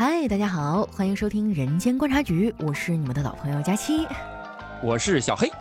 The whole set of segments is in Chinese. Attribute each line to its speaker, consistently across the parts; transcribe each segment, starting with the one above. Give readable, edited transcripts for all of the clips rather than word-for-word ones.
Speaker 1: 嗨，大家好，欢迎收听《人间观察局》，我是你们的老朋友佳期。
Speaker 2: 我是小黑。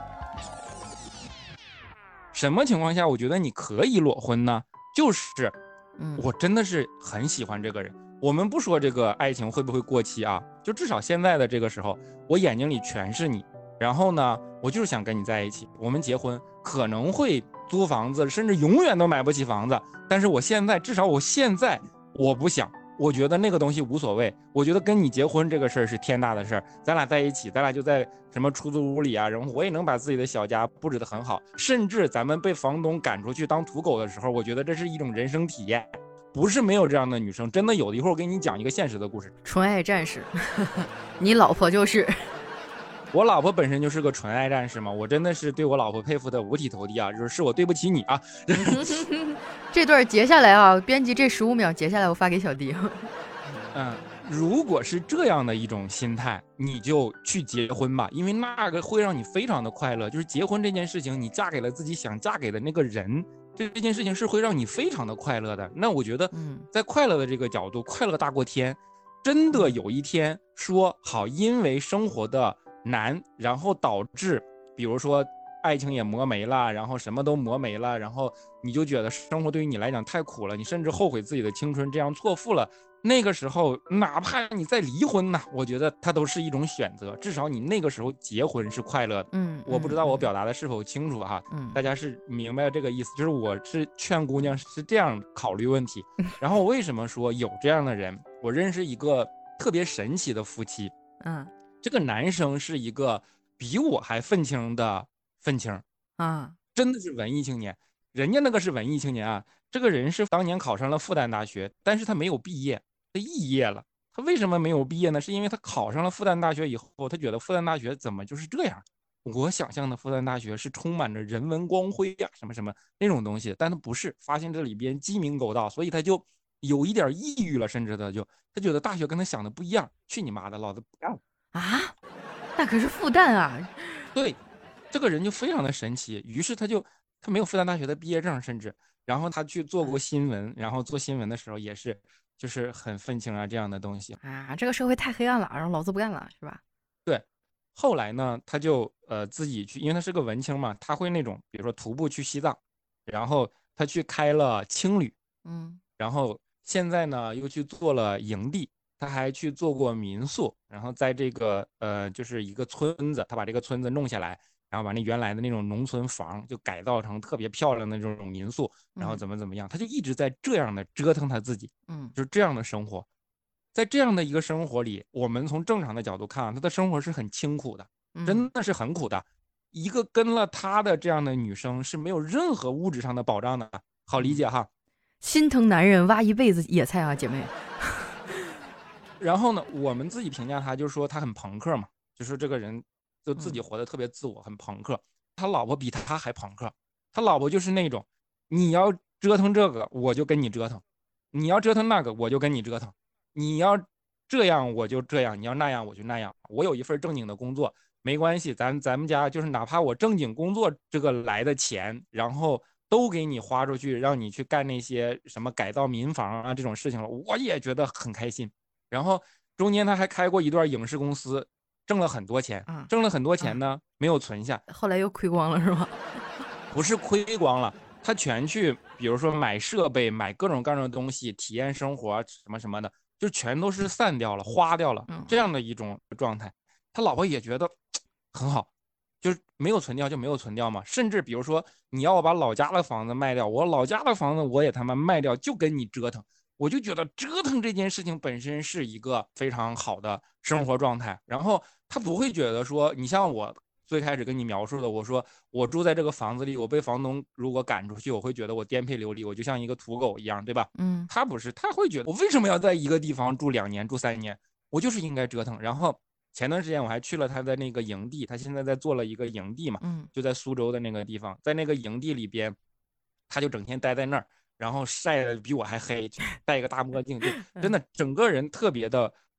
Speaker 2: 什么情况下我觉得你可以裸婚呢？就是我真的是很喜欢这个人。我们不说这个爱情会不会过期啊，就至少现在的这个时候，我眼睛里全是你。然后呢，我就是想跟你在一起。我们结婚可能会租房子，甚至永远都买不起房子。但是我现在，至少我现在我不想。我觉得那个东西无所谓，我觉得跟你结婚这个事儿是天大的事儿，咱俩在一起，咱俩就在什么出租屋里啊，然后我也能把自己的小家布置得很好，甚至咱们被房东赶出去当土狗的时候，我觉得这是一种人生体验，不是没有这样的女生，真的有的。一会儿我给你讲一个现实的故事。
Speaker 1: 纯爱战士，你老婆就是。
Speaker 2: 我老婆本身就是个纯爱战士嘛，我真的是对我老婆佩服的五体投地啊，是我对不起你啊。
Speaker 1: 这段截下来啊，编辑这15秒截下来，我发给小弟。
Speaker 2: 如果是这样的一种心态，你就去结婚吧，因为那个会让你非常的快乐。就是结婚这件事情，你嫁给了自己想嫁给的那个人，这件事情是会让你非常的快乐的。那我觉得，在快乐的这个角度，快乐大过天。真的有一天说好，因为生活的难，然后导致，比如说爱情也磨没了，然后什么都磨没了，然后你就觉得生活对于你来讲太苦了，你甚至后悔自己的青春这样错付了。那个时候，哪怕你再离婚呢，我觉得它都是一种选择。至少你那个时候结婚是快乐的。我不知道我表达的是否清楚哈。大家是明白这个意思？就是我是劝姑娘是这样考虑问题。然后为什么说有这样的人？我认识一个特别神奇的夫妻。这个男生是一个比我还愤青的愤青啊，真的是文艺青年。人家那个是文艺青年啊，这个人是当年考上了复旦大学，但是他没有毕业，他肄业了。他为什么没有毕业呢？是因为他考上了复旦大学以后，他觉得复旦大学怎么就是这样？我想象的复旦大学是充满着人文光辉呀，什么什么那种东西，但他不是，发现这里边鸡鸣狗盗，所以他就有一点抑郁了，甚至他觉得大学跟他想的不一样，去你妈的，老子不干了
Speaker 1: 啊！那可是复旦啊。
Speaker 2: 对，这个人就非常的神奇。于是他没有复旦大学的毕业证，甚至然后他去做过新闻，然后做新闻的时候也是就是很愤青啊这样的东西
Speaker 1: 啊。这个社会太黑暗了，然后老子不干了，是吧？
Speaker 2: 对。后来呢，他就自己去，因为他是个文青嘛，他会那种比如说徒步去西藏，然后他去开了青旅，然后现在呢又去做了营地，他还去做过民宿，然后在这个就是一个村子，他把这个村子弄下来，然后把那原来的那种农村房就改造成特别漂亮的这种民宿，然后怎么样，他就一直在这样的折腾他自己，就是这样的生活。在这样的一个生活里，我们从正常的角度看，他的生活是很清苦的，真的是很苦的。一个跟了他的这样的女生是没有任何物质上的保障的，好理解哈。
Speaker 1: 心疼男人挖一辈子野菜啊，姐妹。
Speaker 2: 然后呢，我们自己评价他，就是说他很朋克嘛，就是这个人就自己活得特别自我，很朋克。他老婆比他还朋克，他老婆就是那种，你要折腾这个，我就跟你折腾；你要折腾那个，我就跟你折腾。你要这样我就这样，你要那样我就那样。我有一份正经的工作，没关系，咱们家就是哪怕我正经工作这个来的钱，然后都给你花出去，让你去干那些什么改造民房啊这种事情了，我也觉得很开心。然后中间他还开过一段影视公司，挣了很多钱，挣了很多钱呢，没有存下，
Speaker 1: 后来又亏光了是吗？
Speaker 2: 不是亏光了，他全去，比如说买设备，买各种各样的东西，体验生活什么什么的，就全都是散掉了，花掉了，这样的一种状态。他老婆也觉得很好，就是没有存掉就没有存掉嘛。甚至比如说你要我把老家的房子卖掉，我老家的房子我也他妈卖掉，就跟你折腾。我就觉得折腾这件事情本身是一个非常好的生活状态，然后他不会觉得说，你像我最开始跟你描述的，我说我住在这个房子里，我被房东如果赶出去，我会觉得我颠沛流离，我就像一个土狗一样，对吧？他不是，他会觉得我为什么要在一个地方住2年、住3年，我就是应该折腾。然后前段时间我还去了他的那个营地，他现在在做了一个营地嘛，就在苏州的那个地方，在那个营地里边，他就整天待在那儿。然后晒的比我还黑，戴一个大墨镜，就真的整个人特别的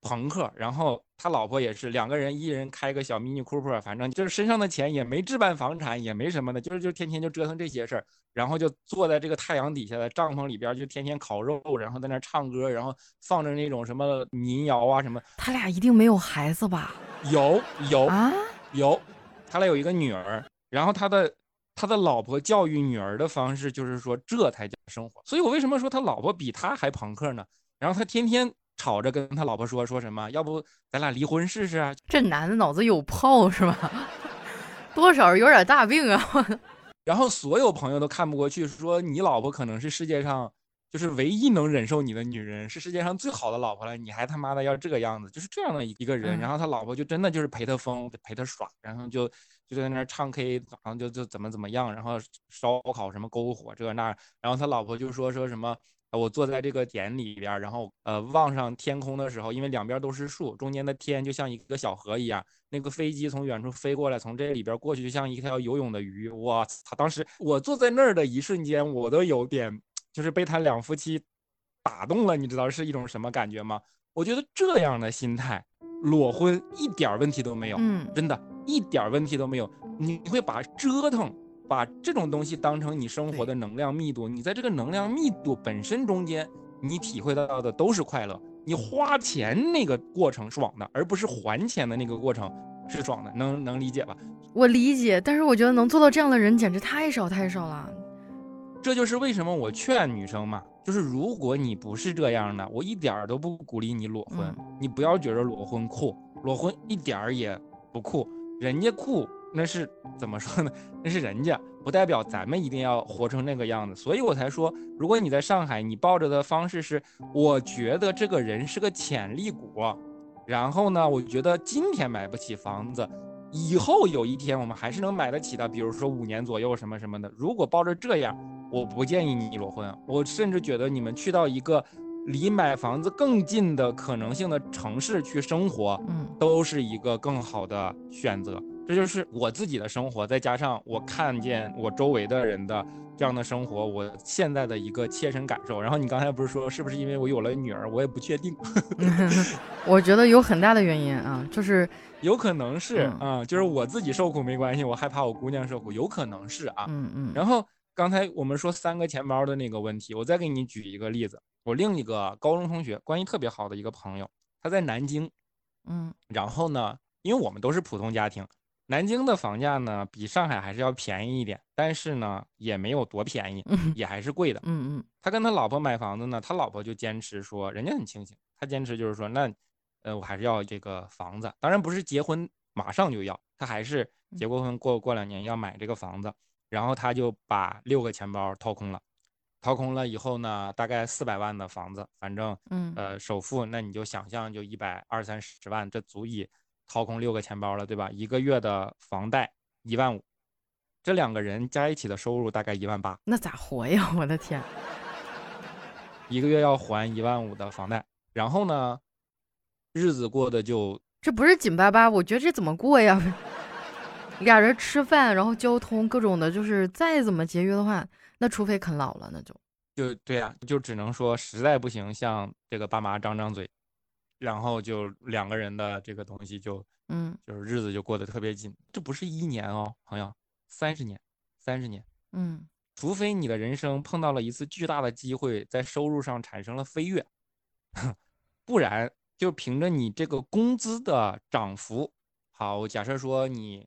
Speaker 2: 朋克，然后他老婆也是两个人，一人开个小 Mini Cooper，反正就是身上的钱也没置办房产，也没什么的，就天天就折腾这些事儿，然后就坐在这个太阳底下的帐篷里边，就天天烤肉，然后在那唱歌，然后放着那种什么民谣啊什么。
Speaker 1: 他俩一定没有孩子吧？
Speaker 2: 有
Speaker 1: 啊，
Speaker 2: 有，他俩有一个女儿，然后他的老婆教育女儿的方式就是说这才叫生活。所以我为什么说他老婆比他还朋克呢？然后他天天吵着跟他老婆说什么，要不咱俩离婚试试啊？
Speaker 1: 这男的脑子有泡是吧？多少有点大病啊！
Speaker 2: 然后所有朋友都看不过去，说你老婆可能是世界上就是唯一能忍受你的女人，是世界上最好的老婆了，你还他妈的要这个样子，就是这样的一个人。然后他老婆就真的就是陪他疯，陪他耍，然后就在那唱 K，然后就怎么样，然后烧烤什么篝火这那，然后他老婆就说什么。我坐在这个点里边，然后望上天空的时候，因为两边都是树，中间的天就像一个小河一样。那个飞机从远处飞过来，从这里边过去，就像一条游泳的鱼。我操！当时我坐在那儿的一瞬间，我都有点就是被他两夫妻打动了，你知道是一种什么感觉吗？我觉得这样的心态，裸婚一点问题都没有，真的一点问题都没有。你会把折腾。把这种东西当成你生活的能量密度，你在这个能量密度本身中间，你体会到的都是快乐。你花钱那个过程爽的，而不是还钱的那个过程是爽的，能理解吧？
Speaker 1: 我理解，但是我觉得能做到这样的人简直太少太少了。
Speaker 2: 这就是为什么我劝女生嘛，就是如果你不是这样的，我一点都不鼓励你裸婚。你不要觉得裸婚酷，裸婚一点也不酷，人家酷。那是怎么说呢？那是人家，不代表咱们一定要活成那个样子。所以我才说，如果你在上海，你抱着的方式是，我觉得这个人是个潜力股，然后呢，我觉得今天买不起房子，以后有一天我们还是能买得起的，比如说5年左右什么什么的。如果抱着这样，我不建议你裸婚。我甚至觉得你们去到一个离买房子更近的可能性的城市去生活，都是一个更好的选择。这就是我自己的生活，再加上我看见我周围的人的这样的生活，我现在的一个切身感受。然后你刚才不是说是不是因为我有了女儿，我也不确定。
Speaker 1: 我觉得有很大的原因啊，就是
Speaker 2: 有可能是就是我自己受苦没关系，我害怕我姑娘受苦，有可能是啊。然后刚才我们说3个钱包的那个问题，我再给你举一个例子。我另一个高中同学，关系特别好的一个朋友，他在南京，然后呢，因为我们都是普通家庭。南京的房价呢，比上海还是要便宜一点，但是呢，也没有多便宜，也还是贵的。他跟他老婆买房子呢，他老婆就坚持说，人家很清醒，他坚持就是说，那，我还是要这个房子，当然不是结婚马上就要，他还是结过婚过2年要买这个房子，然后他就把6个钱包掏空了，掏空了以后呢，大概400万的房子，反正，首付那你就想象就120-130万，这足以掏空6个钱包了，对吧？1个月的房贷15000，这2个人加一起的收入大概18000。
Speaker 1: 那咋活呀？我的天
Speaker 2: ！1个月要还15000的房贷，然后呢，日子过得就
Speaker 1: 这不是紧巴巴，我觉得这怎么过呀？俩人吃饭，然后交通各种的，就是再怎么节约的话，那除非啃老了，那
Speaker 2: 就对啊，就只能说实在不行，向这个爸妈张张嘴。然后就2个人的这个东西就是日子就过得特别紧。这不是1年哦，朋友，30年，除非你的人生碰到了一次巨大的机会，在收入上产生了飞跃，不然就凭着你这个工资的涨幅。好，假设说你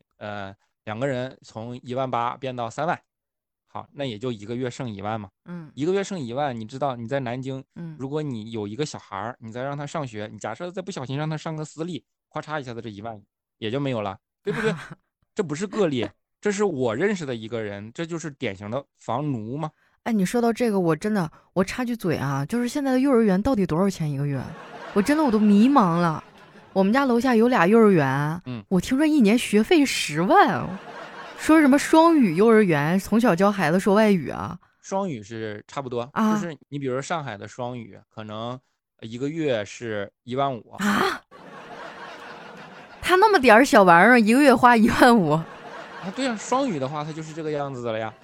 Speaker 2: 2个人从18000变到3万。好，那也就1个月剩1万嘛。1个月剩1万，你知道你在南京，如果你有一个小孩，你再让他上学，你假设再不小心让他上个私立，咔嚓一下子这1万也就没有了，对不对？这不是个例，这是我认识的一个人，这就是典型的房奴嘛。
Speaker 1: 哎，你说到这个，我插句嘴啊，就是现在的幼儿园到底多少钱1个月？我都迷茫了。我们家楼下有俩幼儿园，我听说1年学费10万。说什么双语幼儿园，从小教孩子说外语啊？
Speaker 2: 双语是差不多，就是你比如说上海的双语，可能1个月是15000
Speaker 1: 啊。他那么点小玩意儿，1个月花15000
Speaker 2: 啊？对啊，双语的话，它就是这个样子的了呀。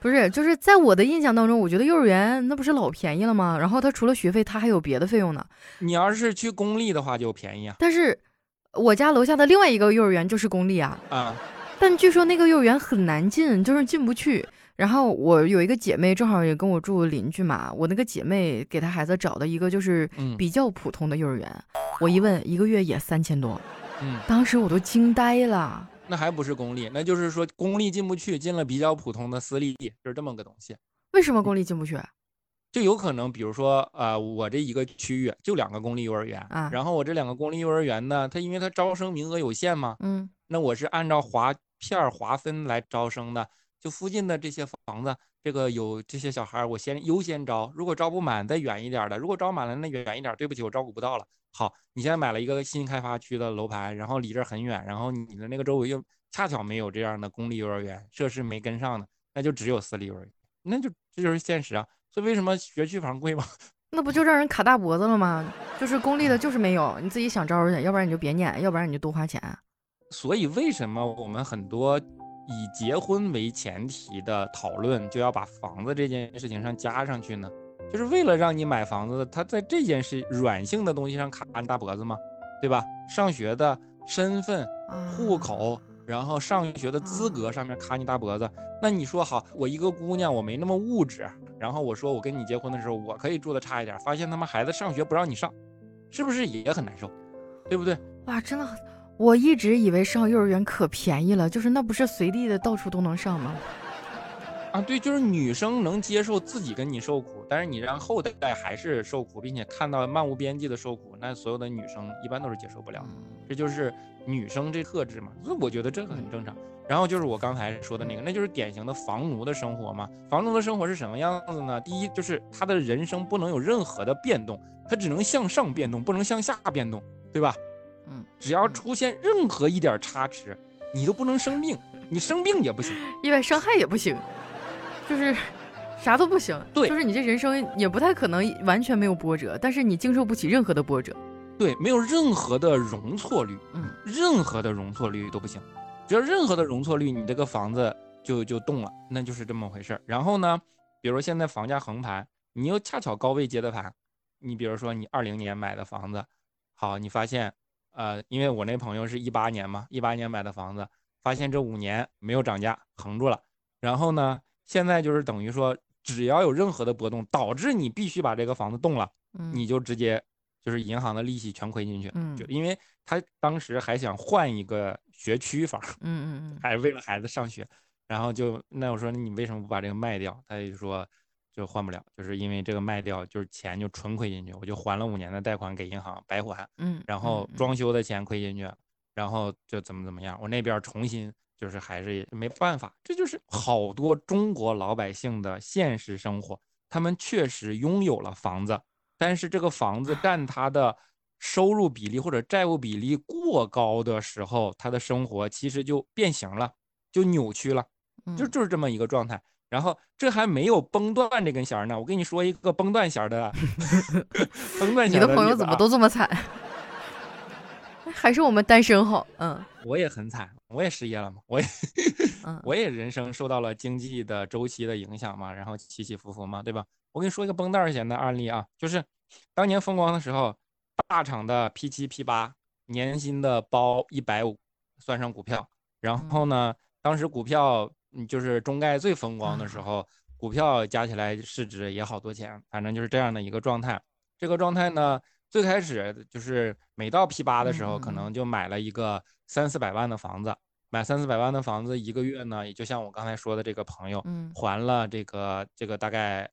Speaker 1: 不是，就是在我的印象当中，我觉得幼儿园那不是老便宜了吗？然后它除了学费，它还有别的费用呢。
Speaker 2: 你要是去公立的话就便宜啊。
Speaker 1: 但是我家楼下的另外一个幼儿园就是公立啊，
Speaker 2: 啊，
Speaker 1: 但据说那个幼儿园很难进，就是进不去。然后我有一个姐妹，正好也跟我住邻居嘛，我那个姐妹给她孩子找的一个就是比较普通的幼儿园，我一问，一个月也3000多，当时我都惊呆了。
Speaker 2: 那还不是公立，那就是说公立进不去，进了比较普通的私立，就是这么个东西。
Speaker 1: 为什么公立进不去？
Speaker 2: 就有可能，比如说，我这一个区域就2个公立幼儿园
Speaker 1: 啊，
Speaker 2: 然后我这2个公立幼儿园呢，它因为它招生名额有限嘛，那我是按照划片划分来招生的，就附近的这些房子，这个有这些小孩，我先优先招，如果招不满再远一点的，如果招满了那远一点，对不起，我照顾不到了。好，你现在买了一个新开发区的楼盘，然后离这很远，然后你的那个周围又恰巧没有这样的公立幼儿园，设施没跟上的，那就只有私立幼儿园，那就这就是现实啊。所以为什么学区房贵吗？
Speaker 1: 那不就让人卡大脖子了吗？就是公立的，就是没有，你自己想招去，要不然你就别念，要不然你就多花钱。
Speaker 2: 所以为什么我们很多以结婚为前提的讨论就要把房子这件事情上加上去呢？就是为了让你买房子，他在这件事软性的东西上卡你大脖子吗？对吧？上学的身份、户口，然后上学的资格上面卡你大脖子。那你说好，我一个姑娘，我没那么物质，然后我说我跟你结婚的时候，我可以住的差一点，发现他们孩子上学不让你上，是不是也很难受？对不对？
Speaker 1: 哇，真的，我一直以为上幼儿园可便宜了，就是那不是随地的到处都能上吗？
Speaker 2: 啊，对，就是女生能接受自己跟你受苦，但是你让后代还是受苦，并且看到漫无边际的受苦，那所有的女生一般都是接受不了。这就是女生这特质嘛，所以我觉得这个很正常。然后就是我刚才说的那个，那就是典型的房奴的生活嘛。房奴的生活是什么样子呢？第一，就是他的人生不能有任何的变动，他只能向上变动，不能向下变动，对吧？只要出现任何一点差池，你都不能生病，你生病也不行，
Speaker 1: 意外伤害也不行。就是啥都不行，
Speaker 2: 对，
Speaker 1: 就是你这人生也不太可能完全没有波折，但是你经受不起任何的波折，
Speaker 2: 对，没有任何的容错率，任何的容错率都不行，只要任何的容错率，你这个房子就动了，那就是这么回事。然后呢，比如现在房价横盘，你又恰巧高位接的盘，你比如说你20年买的房子，好，你发现，因为我那朋友是18年嘛，18年买的房子，发现这5年没有涨价，横住了，然后呢？现在就是等于说，只要有任何的波动，导致你必须把这个房子动了，你就直接就是银行的利息全亏进去。就因为他当时还想换一个学区房，还为了孩子上学，然后那我说你为什么不把这个卖掉？他就说就换不了，就是因为这个卖掉就是钱就纯亏进去，我就还了5年的贷款给银行白还，然后装修的钱亏进去，然后就怎么样，我那边重新。就是还是没办法，这就是好多中国老百姓的现实生活。他们确实拥有了房子，但是这个房子占他的收入比例或者债务比例过高的时候，他的生活其实就变形了，就扭曲了，就是这么一个状态。然后这还没有崩断这根弦呢，我跟你说一个崩断弦的，崩断弦的。
Speaker 1: 你的朋友怎么都这么惨？还是我们单身好，
Speaker 2: 我也很惨，我也失业了嘛，我也人生受到了经济的周期的影响嘛，然后起起伏伏嘛，对吧？我跟你说一个崩蛋弦的案例啊，就是当年风光的时候，大厂的 P7、P8 年薪的包150，算上股票，然后呢，当时股票就是中概最风光的时候，股票加起来市值也好多钱，反正就是这样的一个状态。这个状态呢。最开始就是每到 P8的时候，可能就买了一个300-400万的房子，买300-400万的房子，一个月呢，也就像我刚才说的这个朋友，还了这个大概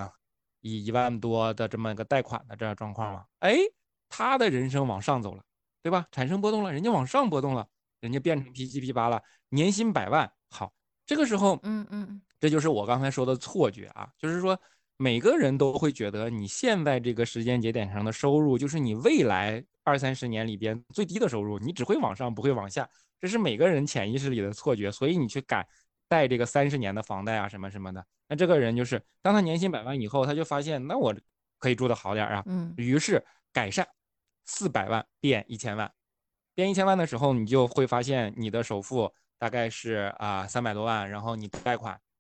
Speaker 2: 1万多的这么一个贷款的这样状况嘛，哎，他的人生往上走了，对吧？产生波动了，人家往上波动了，人家变成 P7、P8了，年薪100万，好，这个时候，这就是我刚才说的错觉啊，就是说。每个人都会觉得你现在这个时间节点上的收入，就是你未来20-30年里边最低的收入，你只会往上不会往下，这是每个人潜意识里的错觉，所以你去敢贷这个30年的房贷啊什么什么的，那这个人就是当他年薪100万以后，他就发现那我可以住得好点啊，于是改善400万变1000万，变1000万的时候，你就会发现你的首付大概是300多万，然后你贷款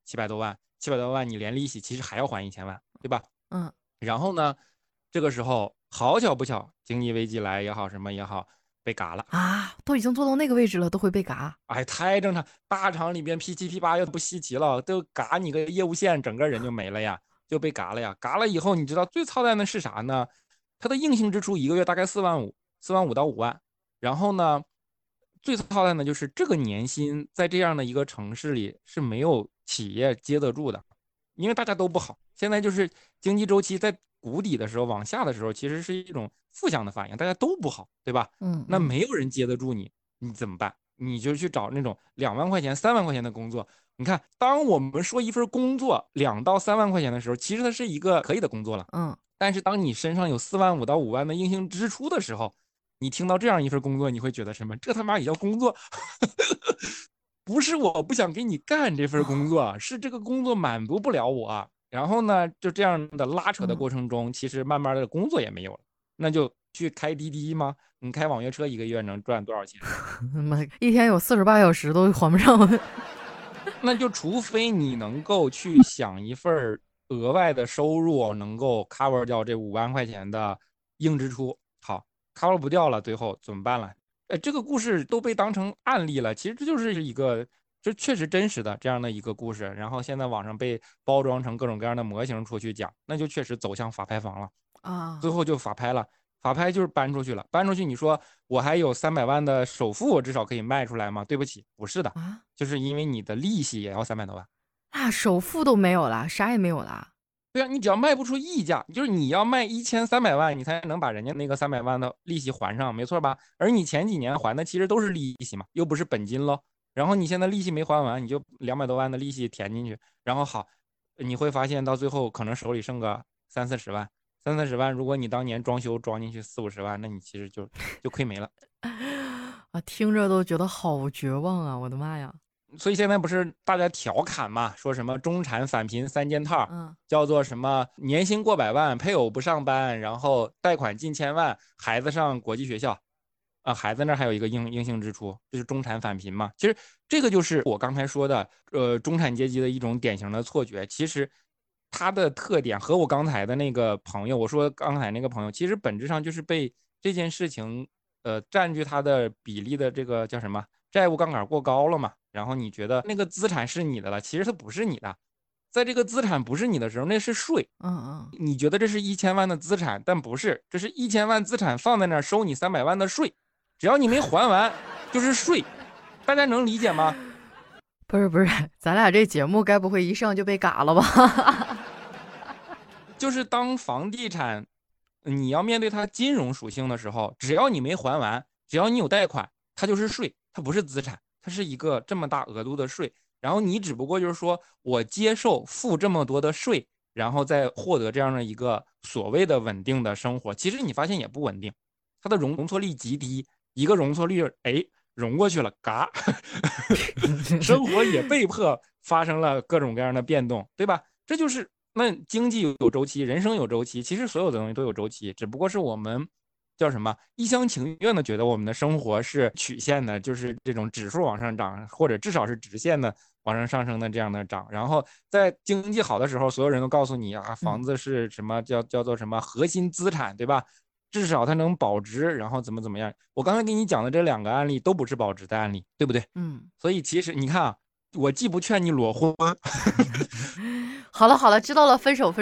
Speaker 2: 700多万，700多万你连利息其实还要还1000万，对吧？
Speaker 1: 嗯。
Speaker 2: 然后呢，这个时候好巧不巧，经济危机来也好，什么也好，被嘎了
Speaker 1: 啊！都已经做到那个位置了，都会被嘎？
Speaker 2: 哎，太正常，大厂里边 P7、P8又不稀奇了，都嘎你个业务线，整个人就没了呀，就被嘎了呀。嘎了以后，你知道最操蛋的是啥呢？他的硬性支出一个月大概4万5到5万。然后呢，最操蛋的就是这个年薪在这样的一个城市里是没有企业接得住的，因为大家都不好。现在就是经济周期在谷底的时候，往下的时候，其实是一种负向的反应，大家都不好，对吧？那没有人接得住你，你怎么办？你就去找那种2万块钱、3万块钱的工作。你看，当我们说一份工作2到3万块钱的时候，其实它是一个可以的工作了。但是当你身上有4万5到5万的硬性支出的时候，你听到这样一份工作，你会觉得什么？这他妈也叫工作？不是我不想给你干这份工作，是这个工作满足不了我。然后呢，就这样的拉扯的过程中，其实慢慢的工作也没有了，那就去开滴滴吗？你开网约车一个月能赚多少钱？
Speaker 1: 一天有48小时都还不上。
Speaker 2: 那就除非你能够去想一份额外的收入，能够 cover 掉这5万块钱的硬支出。好 ，cover 不掉了，最后怎么办了？这个故事都被当成案例了，其实这就是一个，这确实真实的这样的一个故事。然后现在网上被包装成各种各样的模型出去讲，那就确实走向法拍房了啊！最后就法拍了。法拍就是搬出去了，搬出去你说我还有300万的首付，我至少可以卖出来吗？对不起，不是的，就是因为你的利息也要300多万
Speaker 1: 啊，首付都没有了，啥也没有了。
Speaker 2: 对啊，你只要卖不出溢价，就是你要卖1300万，你才能把人家那个300万的利息还上，没错吧？而你前几年还的其实都是利息嘛，又不是本金咯。然后你现在利息没还完，你就200多万的利息填进去，然后好，你会发现到最后可能手里剩个30-40万。30-40万，如果你当年装修装进去40-50万，那你其实就亏没了。
Speaker 1: 啊，听着都觉得好绝望啊！我的妈呀！
Speaker 2: 所以现在不是大家调侃嘛，说什么中产返贫3件套，叫做什么年薪过百万，配偶不上班，然后贷款近千万，孩子上国际学校，孩子那还有一个硬性支出，就是中产返贫嘛。其实这个就是我刚才说的，中产阶级的一种典型的错觉。其实它的特点和我刚才的那个朋友，我说刚才那个朋友，其实本质上就是被这件事情，占据它的比例的这个叫什么债务杠杆过高了嘛。然后你觉得那个资产是你的了，其实它不是你的。在这个资产不是你的时候，那是税。你觉得这是1000万的资产，但不是，这是1000万资产放在那儿收你300万的税，只要你没还完就是税。大家能理解吗？
Speaker 1: 不是，咱俩这节目该不会一上就被嘎了吧？
Speaker 2: 就是当房地产你要面对它金融属性的时候，只要你没还完，只要你有贷款，它就是税，它不是资产，它是一个这么大额度的税。然后你只不过就是说我接受付这么多的税，然后再获得这样的一个所谓的稳定的生活。其实你发现也不稳定，它的容错率极低，一个容错率融过去了，嘎，生活也被迫发生了各种各样的变动，对吧？这就是那经济有周期，人生有周期，其实所有的东西都有周期，只不过是我们叫什么一厢情愿的觉得我们的生活是曲线的，就是这种指数往上涨，或者至少是直线的往上上升的这样的涨。然后在经济好的时候，所有人都告诉你啊，房子是什么叫做什么核心资产，对吧？至少它能保值，然后怎么样？我刚才给你讲的这2个案例都不是保值的案例，对不对？所以其实你看啊，我既不劝你裸婚。
Speaker 1: 好了，知道了，分手。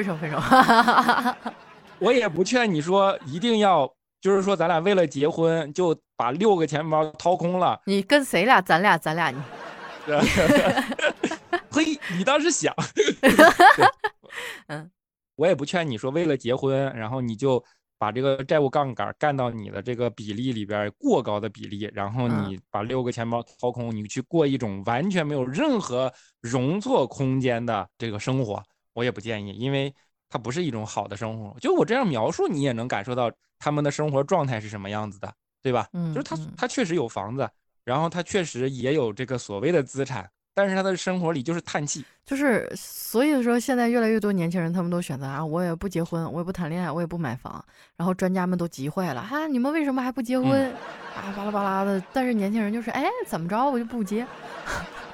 Speaker 2: 我也不劝你说一定要，就是说咱俩为了结婚就把6个钱包掏空了。
Speaker 1: 你跟谁俩？咱俩你。
Speaker 2: 嘿，你倒是想。我也不劝你说为了结婚，然后你就把这个债务杠杆干到你的这个比例里边过高的比例，然后你把6个钱包掏空，你去过一种完全没有任何容错空间的这个生活，我也不建议，因为它不是一种好的生活。就我这样描述，你也能感受到他们的生活状态是什么样子的，对吧？就是他确实有房子，然后他确实也有这个所谓的资产，但是他的生活里就是叹气。
Speaker 1: 就是所以说现在越来越多年轻人他们都选择啊，我也不结婚，我也不谈恋爱，我也不买房。然后专家们都急坏了啊，你们为什么还不结婚？巴拉巴拉的。但是年轻人就是哎，怎么着我就不结。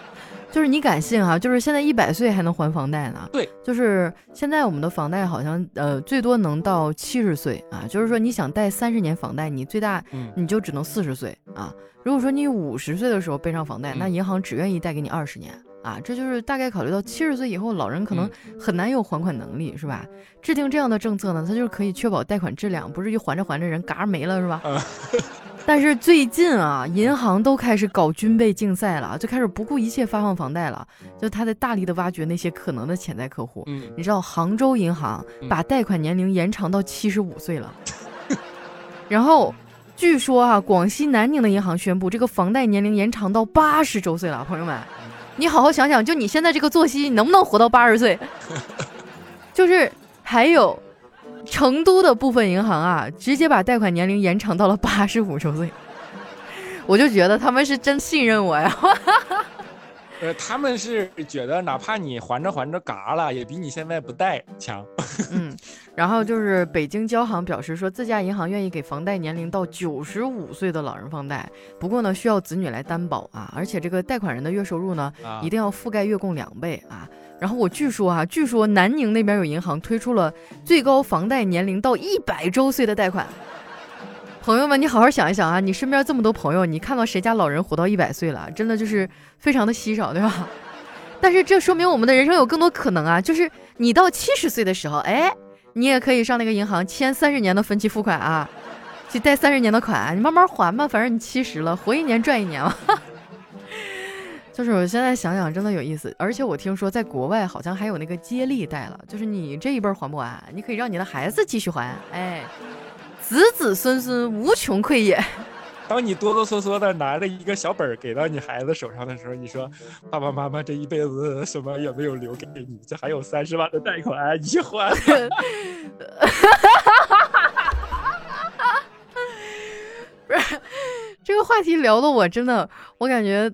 Speaker 1: 就是你敢信哈？就是现在100岁还能还房贷呢？
Speaker 2: 对，
Speaker 1: 就是现在我们的房贷好像最多能到70岁啊，就是说你想贷30年房贷，你最大你就只能40岁啊。如果说你50岁的时候背上房贷，那银行只愿意贷给你20年啊。这就是大概考虑到70岁以后老人可能很难有还款能力，是吧？制定这样的政策呢，它就是可以确保贷款质量，不至于还着还着人嘎没了，是吧？但是最近啊，银行都开始搞军备竞赛了，就开始不顾一切发放房贷了，就他在大力的挖掘那些可能的潜在客户。你知道杭州银行把贷款年龄延长到75岁了，然后据说啊，广西南宁的银行宣布这个房贷年龄延长到80周岁了。朋友们，你好好想想，就你现在这个作息，你能不能活到80岁？就是还有。成都的部分银行啊，直接把贷款年龄延长到了85周岁，我就觉得他们是真信任我呀。
Speaker 2: 他们是觉得哪怕你还着嘎了，也比你现在不贷强。
Speaker 1: 然后就是北京交行表示说，自家银行愿意给房贷年龄到95岁的老人放贷，不过呢，需要子女来担保啊，而且这个贷款人的月收入呢，一定要覆盖月供2倍啊。然后据说南宁那边有银行推出了最高房贷年龄到100周岁的贷款。朋友们，你好好想一想啊，你身边这么多朋友，你看到谁家老人活到100岁了，真的就是非常的稀少，对吧？但是这说明我们的人生有更多可能啊，就是你到70岁的时候，哎，你也可以上那个银行签30年的分期付款啊，去贷30年的款，你慢慢还吧，反正你70了，活1年赚1年嘛。就是我现在想想真的有意思，而且我听说在国外好像还有那个接力贷了，就是你这一辈还不完，你可以让你的孩子继续还，哎，子子孙孙无穷匮也。
Speaker 2: 当你哆哆嗦嗦的拿着一个小本给到你孩子手上的时候，你说爸爸妈妈这一辈子什么也没有留给你，这还有30万的贷款你去还。
Speaker 1: 不是这个话题聊的我真的，我感觉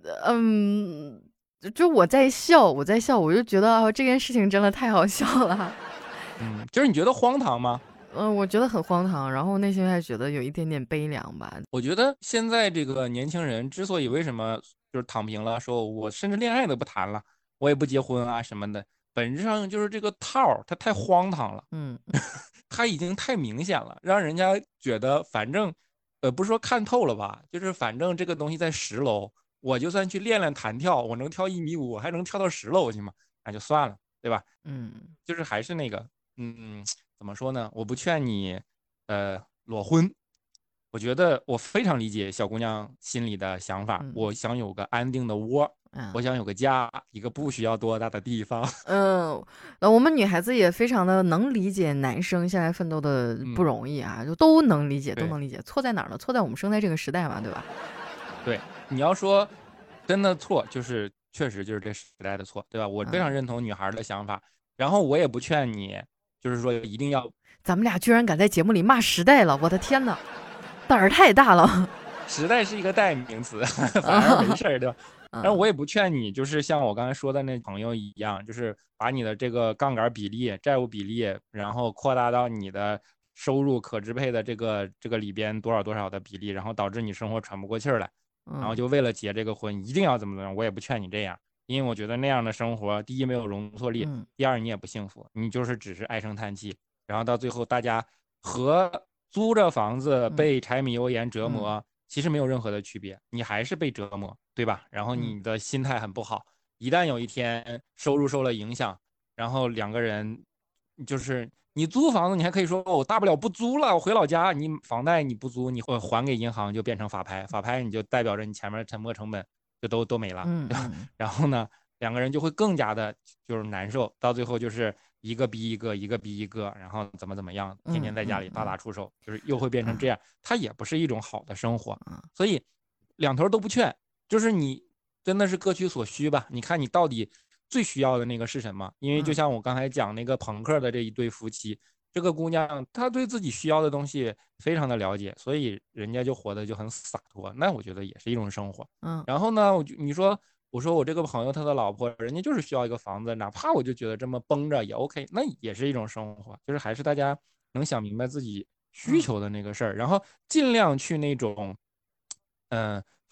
Speaker 1: 就我在笑，我就觉得这件事情真的太好笑了。
Speaker 2: 就是你觉得荒唐吗？
Speaker 1: 我觉得很荒唐，然后内心还觉得有一点点悲凉吧。
Speaker 2: 我觉得现在这个年轻人之所以为什么就是躺平了，说我甚至恋爱都不谈了，我也不结婚啊什么的，本质上就是这个套它太荒唐了。它已经太明显了，让人家觉得反正不是说看透了吧，就是反正这个东西在10楼，我就算去练弹跳，我能跳1.5米，我还能跳到10楼去嘛，那就算了，对吧？就是还是那个怎么说呢？我不劝你裸婚。我觉得我非常理解小姑娘心里的想法，我想有个安定的窝，我想有个家，一个不需要多大的地方。
Speaker 1: 我们女孩子也非常的能理解男生现在奋斗的不容易啊，就都能理解，都能理解。错在哪儿呢？错在我们生在这个时代嘛，对吧？
Speaker 2: 对，你要说真的错，就是确实就是这时代的错，对吧？我非常认同女孩的想法，然后我也不劝你，就是说一定要。
Speaker 1: 咱们俩居然敢在节目里骂时代了，我的天哪！胆儿太大了。
Speaker 2: 时代是一个代名词，反而没事儿，对吧？但是我也不劝你，就是像我刚才说的那朋友一样，就是把你的这个杠杆比例、债务比例，然后扩大到你的收入可支配的这个里边多少的比例，然后导致你生活喘不过气儿来，然后就为了结这个婚一定要怎么样，我也不劝你这样，因为我觉得那样的生活，第一没有容错率，第二你也不幸福，你就是只是唉声叹气，然后到最后大家和租着房子被柴米油盐折磨，其实没有任何的区别，你还是被折磨，对吧？然后你的心态很不好，一旦有一天收入受了影响，然后两个人就是你租房子，你还可以说我大不了不租了，我回老家。你房贷你不租，你还给银行就变成法拍，法拍你就代表着你前面沉没成本就都没了，对吧？然后呢，两个人就会更加的就是难受，到最后就是一个逼一个，一个逼一个，然后怎么样，天天在家里大打出手，就是又会变成这样，它也不是一种好的生活。所以两头都不劝，就是你真的是各取所需吧。你看你到底最需要的那个是什么？因为就像我刚才讲那个朋克的这一对夫妻，这个姑娘她对自己需要的东西非常的了解，所以人家就活得就很洒脱。那我觉得也是一种生活。然后呢，你说。我说我这个朋友他的老婆，人家就是需要一个房子，哪怕我就觉得这么绷着也 OK， 那也是一种生活，就是还是大家能想明白自己需求的那个事儿，然后尽量去那种，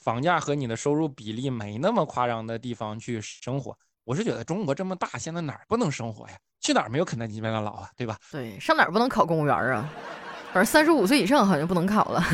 Speaker 2: 房价和你的收入比例没那么夸张的地方去生活。我是觉得中国这么大，现在哪儿不能生活呀？去哪儿没有肯德基、麦当劳啊？对吧？
Speaker 1: 对，上哪儿不能考公务员啊？反正35岁以上好像不能考了。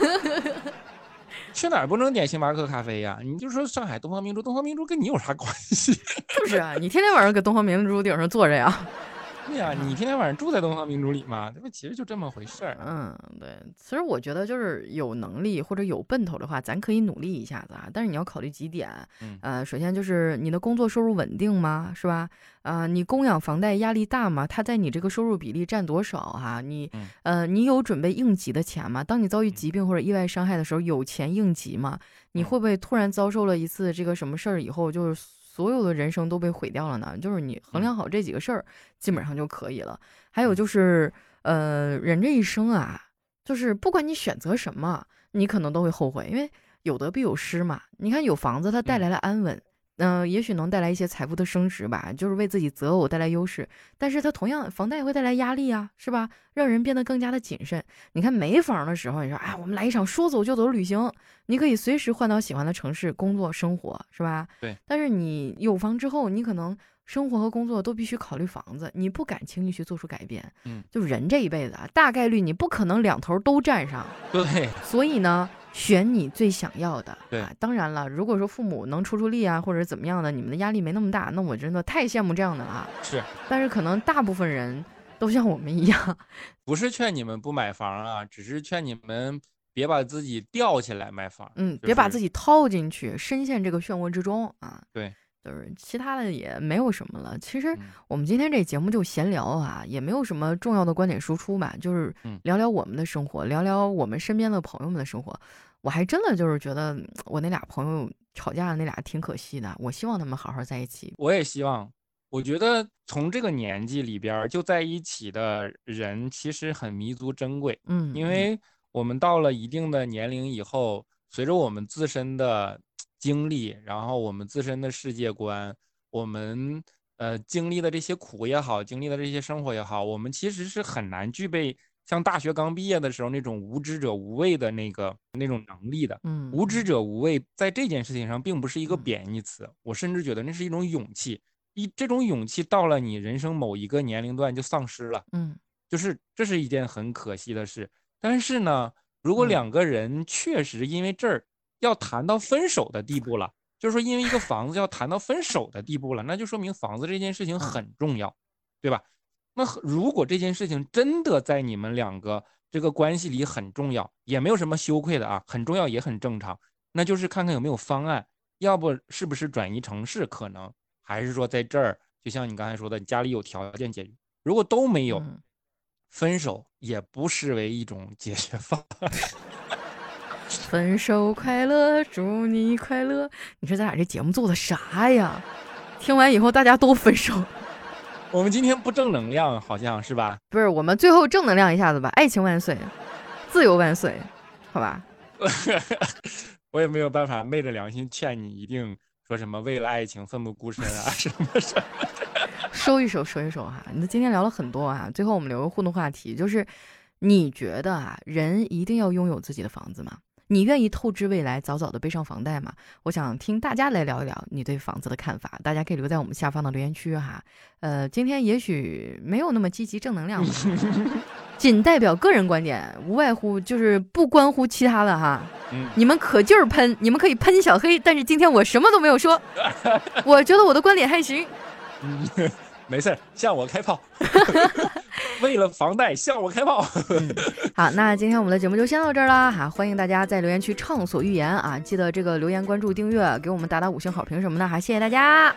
Speaker 2: 去哪儿不能点星巴克咖啡呀？你就说上海东方明珠，东方明珠跟你有啥关系？
Speaker 1: 是不是啊？你天天晚上搁东方明珠顶上坐着呀？
Speaker 2: 对呀，你天天晚上住在东方明珠里嘛，对吧？其实就这么回事儿。
Speaker 1: 对，其实我觉得就是有能力或者有奔头的话，咱可以努力一下子啊。但是你要考虑几点，首先就是你的工作收入稳定吗？是吧？你供养房贷压力大吗？它在你这个收入比例占多少哈？你有准备应急的钱吗？当你遭遇疾病或者意外伤害的时候，有钱应急吗？你会不会突然遭受了一次这个什么事儿以后，就是所有的人生都被毁掉了呢？就是你衡量好这几个事儿，基本上就可以了。还有就是，人这一生啊，就是不管你选择什么，你可能都会后悔，因为有得必有失嘛。你看有房子，它带来了安稳，也许能带来一些财富的升值吧，就是为自己择偶带来优势。但是它同样，房贷也会带来压力啊，是吧？让人变得更加的谨慎。你看没房的时候，你说我们来一场说走就走的旅行，你可以随时换到喜欢的城市工作生活，是吧？
Speaker 2: 对。
Speaker 1: 但是你有房之后，你可能生活和工作都必须考虑房子，你不敢轻易去做出改变。就人这一辈子啊，大概率你不可能两头都占上。
Speaker 2: 对。
Speaker 1: 所以呢，选你最想要的。
Speaker 2: 对。
Speaker 1: 当然了，如果说父母能出力啊，或者怎么样的，你们的压力没那么大，那我真的太羡慕这样的了。
Speaker 2: 是。
Speaker 1: 但是可能大部分人都像我们一样，
Speaker 2: 不是劝你们不买房啊，只是劝你们别把自己吊起来买房。
Speaker 1: 别把自己套进去，深陷这个漩涡之中啊。
Speaker 2: 对。
Speaker 1: 就是其他的也没有什么了。其实我们今天这节目就闲聊啊，也没有什么重要的观点输出吧，就是聊聊我们的生活，聊聊我们身边的朋友们的生活。我还真的就是觉得我那俩朋友吵架的那俩挺可惜的，我希望他们好好在一起。
Speaker 2: 我也希望。我觉得从这个年纪里边就在一起的人其实很弥足珍贵。因为我们到了一定的年龄以后，随着我们自身的经历，然后我们自身的世界观，我们经历的这些苦也好，经历的这些生活也好，我们其实是很难具备像大学刚毕业的时候那种无知者无畏的那种能力的。无知者无畏在这件事情上并不是一个贬义词，我甚至觉得那是一种勇气。这种勇气到了你人生某一个年龄段就丧失了。就是这是一件很可惜的事。但是呢，如果两个人确实因为这儿要谈到分手的地步了，就是说因为一个房子要谈到分手的地步了，那就说明房子这件事情很重要，对吧？那如果这件事情真的在你们两个这个关系里很重要，也没有什么羞愧的啊，很重要也很正常，那就是看看有没有方案，要不是不是转移城市可能，还是说在这儿就像你刚才说的家里有条件解决。如果都没有，分手也不失为一种解决方案。
Speaker 1: 分手快乐，祝你快乐。你说咱俩这节目做的啥呀？听完以后大家都分手。
Speaker 2: 我们今天不正能量，好像是吧？
Speaker 1: 不是，我们最后正能量一下子吧。爱情万岁，自由万岁，好吧？
Speaker 2: 我也没有办法昧着良心劝你一定说什么为了爱情奋不顾身啊什么什么。
Speaker 1: 收一收哈。你今天聊了很多啊，最后我们留个互动话题，就是你觉得啊，人一定要拥有自己的房子吗？你愿意透支未来，早早的背上房贷吗？我想听大家来聊一聊你对房子的看法，大家可以留在我们下方的留言区哈。今天也许没有那么积极正能量，仅代表个人观点，无外乎就是不关乎其他的哈。你们可劲儿喷，你们可以喷小黑，但是今天我什么都没有说，我觉得我的观点还行。
Speaker 2: 没事，向我开炮。为了房贷向我开炮。
Speaker 1: 好，那今天我们的节目就先到这儿啦哈，欢迎大家在留言区畅所欲言啊，记得这个留言、关注、订阅，给我们打5星好评什么的哈，谢谢大家。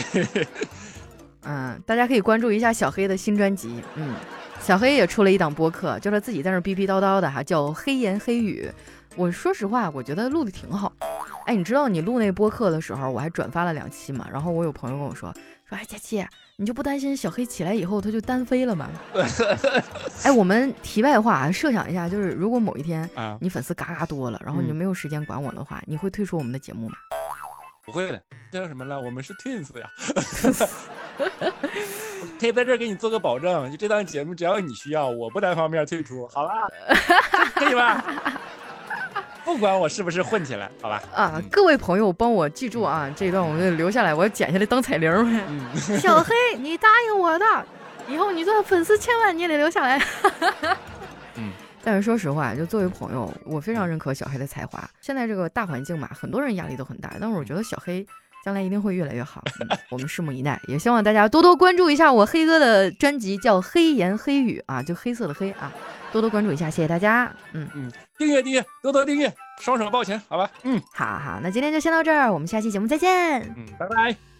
Speaker 1: 大家可以关注一下小黑的新专辑，小黑也出了一档播客，叫他自己在那逼逼叨叨的哈，叫黑言黑语。我说实话，我觉得录的挺好。哎，你知道你录那播客的时候，我还转发了2期嘛，然后我有朋友跟我说，哎，佳琪，你就不担心小黑起来以后他就单飞了吗？哎，我们题外话设想一下，就是如果某一天你粉丝嘎嘎多了，然后你就没有时间管我的话，你会退出我们的节目吗？
Speaker 2: 不会的，叫什么了？我们是 twins 呀。可以在这儿给你做个保证，就这档节目只要你需要，我不单方面退出，好吧？可以吧？ 不管我是不是混起来，好吧？
Speaker 1: 啊，各位朋友帮我记住啊，这一段我就留下来，我要剪下来当彩铃。小黑，你答应我的，以后你做粉丝千万你也得留下来。但是说实话，就作为朋友，我非常认可小黑的才华。现在这个大环境嘛，很多人压力都很大，但是我觉得小黑将来一定会越来越好。我们拭目以待，也希望大家多多关注一下我黑哥的专辑，叫《黑言黑语》啊，就黑色的黑啊，多多关注一下，谢谢大家。
Speaker 2: 订阅，多多订阅，双手抱拳，好吧？
Speaker 1: 好，那今天就先到这儿，我们下期节目再见。
Speaker 2: 拜拜。